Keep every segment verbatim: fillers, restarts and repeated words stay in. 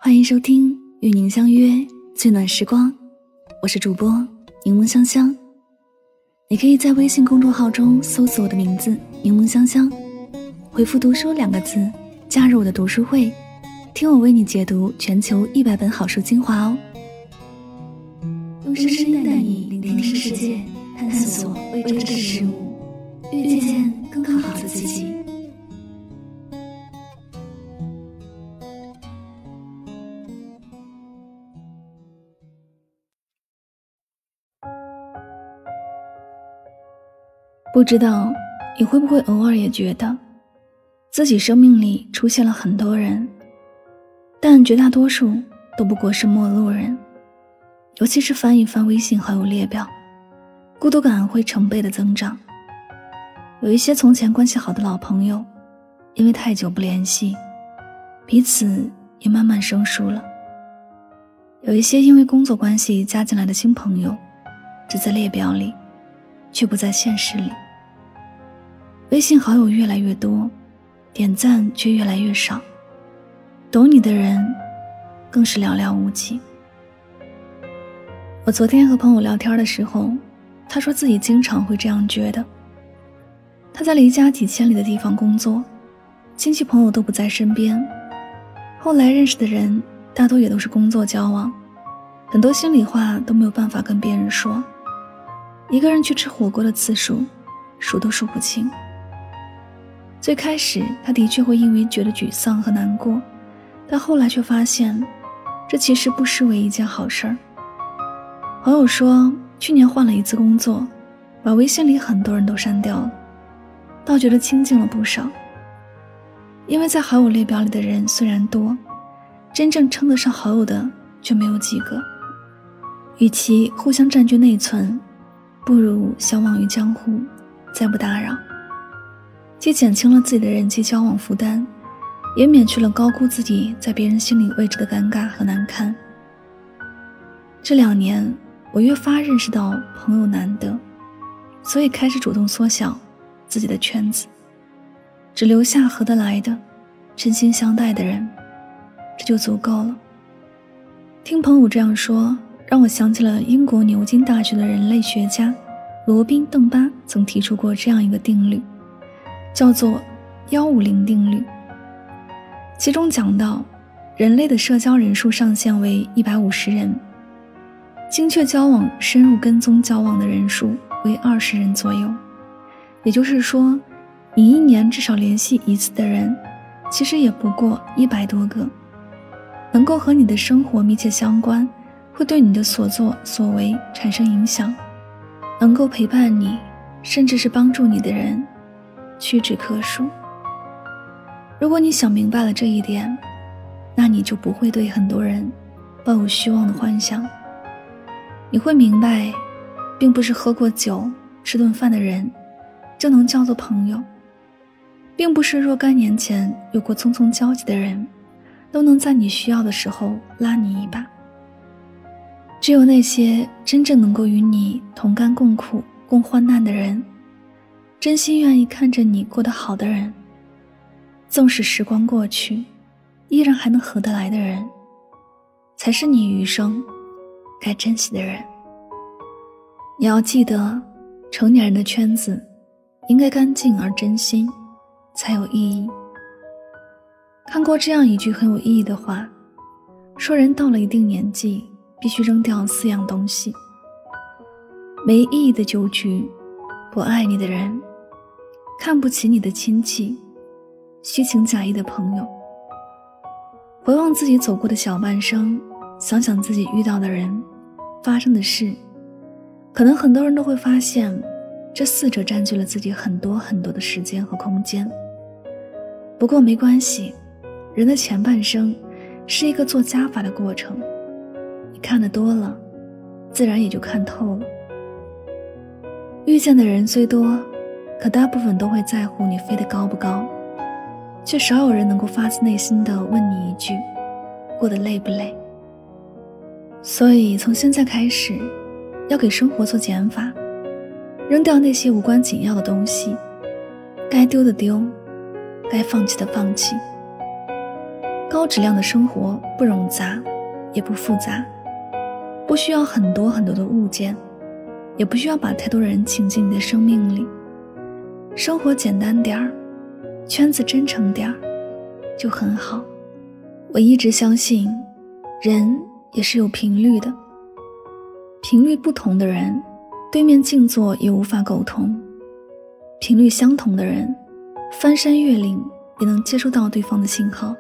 欢迎收听与您相约最暖时光，我是主播柠檬香香。你可以在微信公众号中搜索我的名字柠檬香香，回复读书两个字，加入我的读书会，听我为你解读全球一百本好书精华哦。用声音带你聆听世界，探索未知的事物，遇见更好的自己。不知道你会不会偶尔也觉得自己生命里出现了很多人，但绝大多数都不过是陌路人。尤其是翻一翻微信好友列表，孤独感会成倍的增长。有一些从前关系好的老朋友，因为太久不联系，彼此也慢慢生疏了。有一些因为工作关系加进来的新朋友，只在列表里，却不在现实里。微信好友越来越多，点赞却越来越少，懂你的人更是寥寥无几。我昨天和朋友聊天的时候，他说自己经常会这样觉得。他在离家几千里的地方工作，亲戚朋友都不在身边，后来认识的人大多也都是工作交往，很多心里话都没有办法跟别人说，一个人去吃火锅的次数数都数不清。最开始他的确会因为觉得沮丧和难过，但后来却发现这其实不失为一件好事儿。朋友说去年换了一次工作，把微信里很多人都删掉了，倒觉得清静了不少。因为在好友列表里的人虽然多，真正称得上好友的却没有几个。与其互相占据内存，不如相忘于江湖，再不打扰，既减轻了自己的人际交往负担，也免去了高估自己在别人心里位置的尴尬和难堪。这两年我越发认识到朋友难得，所以开始主动缩小自己的圈子，只留下合得来的真心相待的人，这就足够了。听朋友这样说，让我想起了英国牛津大学的人类学家罗宾·邓巴曾提出过这样一个定律，叫做一五零定律。其中讲到人类的社交人数上限为一百五十人，精确交往深入跟踪交往的人数为二十人左右。也就是说，你一年至少联系一次的人其实也不过一百多个。能够和你的生活密切相关，会对你的所作所为产生影响，能够陪伴你甚至是帮助你的人屈指可数。如果你想明白了这一点，那你就不会对很多人抱有虚妄的幻想。你会明白，并不是喝过酒吃顿饭的人就能叫做朋友，并不是若干年前有过匆匆交集的人都能在你需要的时候拉你一把。只有那些真正能够与你同甘共苦共患难的人，真心愿意看着你过得好的人，纵使时光过去依然还能合得来的人，才是你余生该珍惜的人。你要记得，成年人的圈子应该干净而真心，才有意义。看过这样一句很有意义的话，说人到了一定年纪必须扔掉四样东西：没意义的酒局，不爱你的人，看不起你的亲戚，虚情假意的朋友。回望自己走过的小半生，想想自己遇到的人，发生的事，可能很多人都会发现，这四者占据了自己很多很多的时间和空间。不过没关系，人的前半生是一个做加法的过程，你看得多了，自然也就看透了。遇见的人虽多，可大部分都会在乎你飞得高不高，却少有人能够发自内心地问你一句，过得累不累。所以从现在开始，要给生活做减法，扔掉那些无关紧要的东西，该丢的丢，该放弃的放弃。 高质量的生活不冗杂，也不复杂，不需要很多很多的物件，也不需要把太多人请进你的生命里。生活简单点儿，圈子真诚点儿，就很好。我一直相信，人也是有频率的，频率不同的人，对面静坐也无法沟通，频率相同的人，翻山越岭也能接收到对方的信号。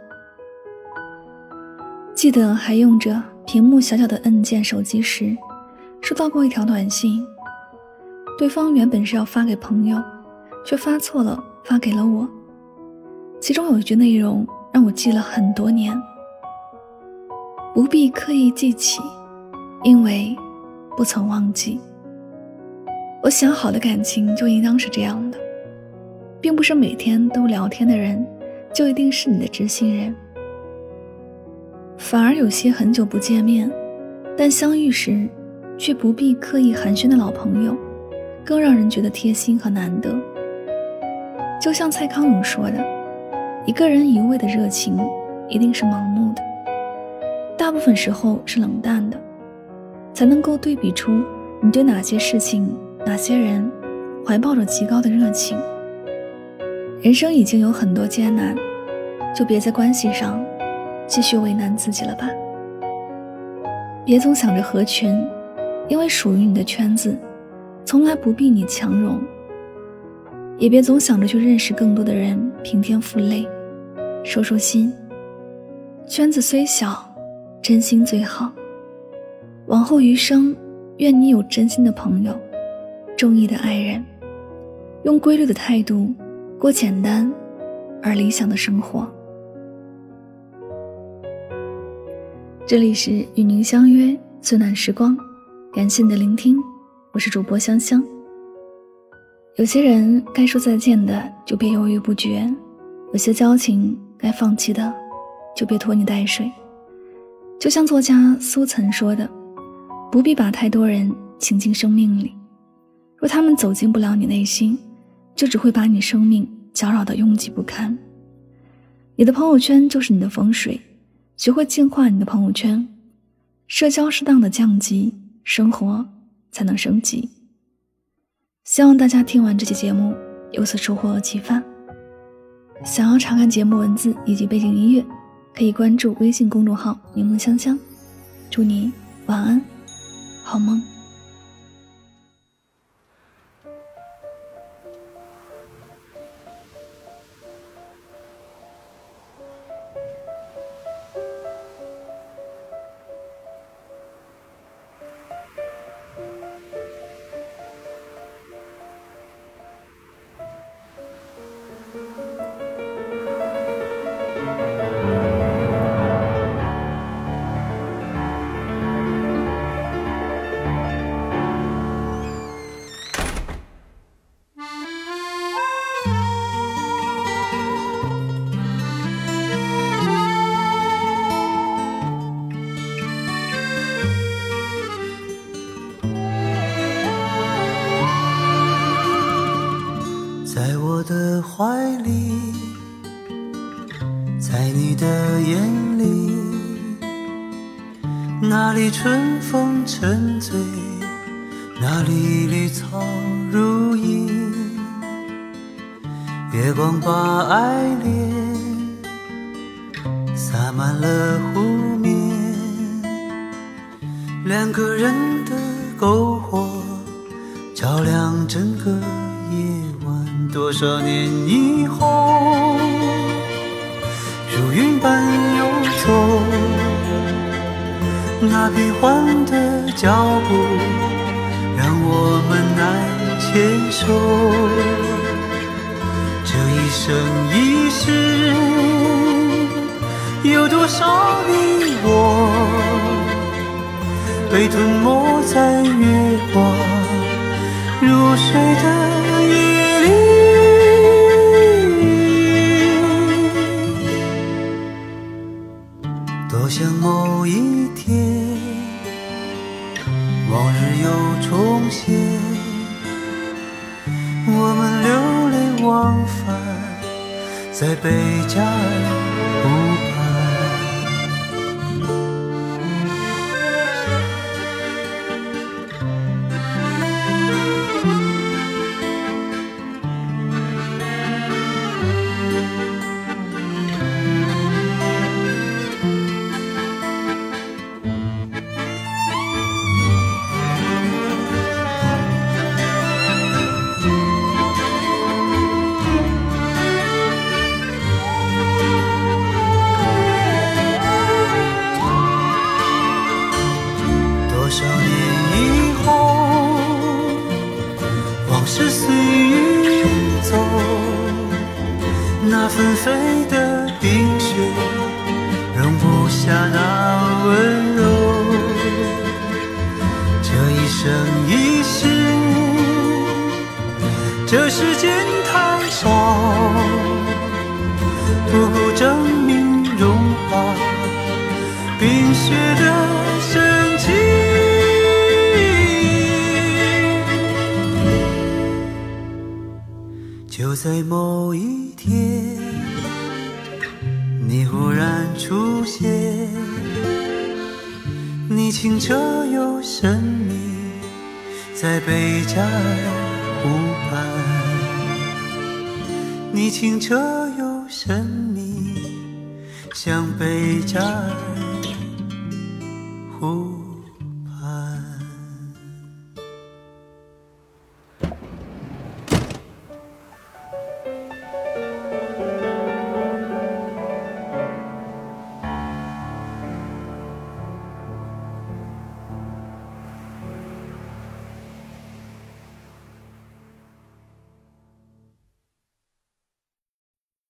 记得还用着屏幕小小的按键手机时，收到过一条短信，对方原本是要发给朋友，却发错了，发给了我。其中有一句内容让我记了很多年：不必刻意记起，因为不曾忘记。我想好的感情就应当是这样的，并不是每天都聊天的人就一定是你的知心人，反而有些很久不见面，但相遇时却不必刻意寒暄的老朋友，更让人觉得贴心和难得。就像蔡康永说的，一个人一味的热情一定是盲目的，大部分时候是冷淡的，才能够对比出你对哪些事情、哪些人怀抱着极高的热情。人生已经有很多艰难，就别在关系上继续为难自己了吧。别总想着合群，因为属于你的圈子从来不必你强融。也别总想着去认识更多的人，平添负累，收收心。圈子虽小，真心最好。往后余生，愿你有真心的朋友，中意的爱人，用规律的态度过简单而理想的生活。这里是与您相约最暖时光，感谢你的聆听，我是主播香香。有些人该说再见的就别犹豫不决，有些交情该放弃的就别拖泥带水。就像作家苏岑说的，不必把太多人请进生命里，若他们走进不了你内心，就只会把你生命搅扰得拥挤不堪。你的朋友圈就是你的风水，学会净化你的朋友圈，社交适当的降级，生活才能升级。希望大家听完这期节目有所收获和启发。想要查看节目文字以及背景音乐，可以关注微信公众号柠檬香香。祝你晚安，好梦。 在我的怀里，在你的眼里，那里春风沉醉，那里绿草如茵，月光把爱恋洒满了湖面，两个人的篝火照亮整个夜晚。多少年以后，如云般游走，那变幻的脚步让我们难牵手。这一生一世，有多少你我被吞没在月光入睡的夜里。多想某一天，往日又重现，我们流连忘返在贝加尔湖畔。 岁的冰雪容不下那温柔。这一生一世，这世间太少，不够证明融化冰雪的神奇。就在某一天，你忽然出现，你清澈又神秘，在贝加尔湖畔。你清澈又神秘，像贝加尔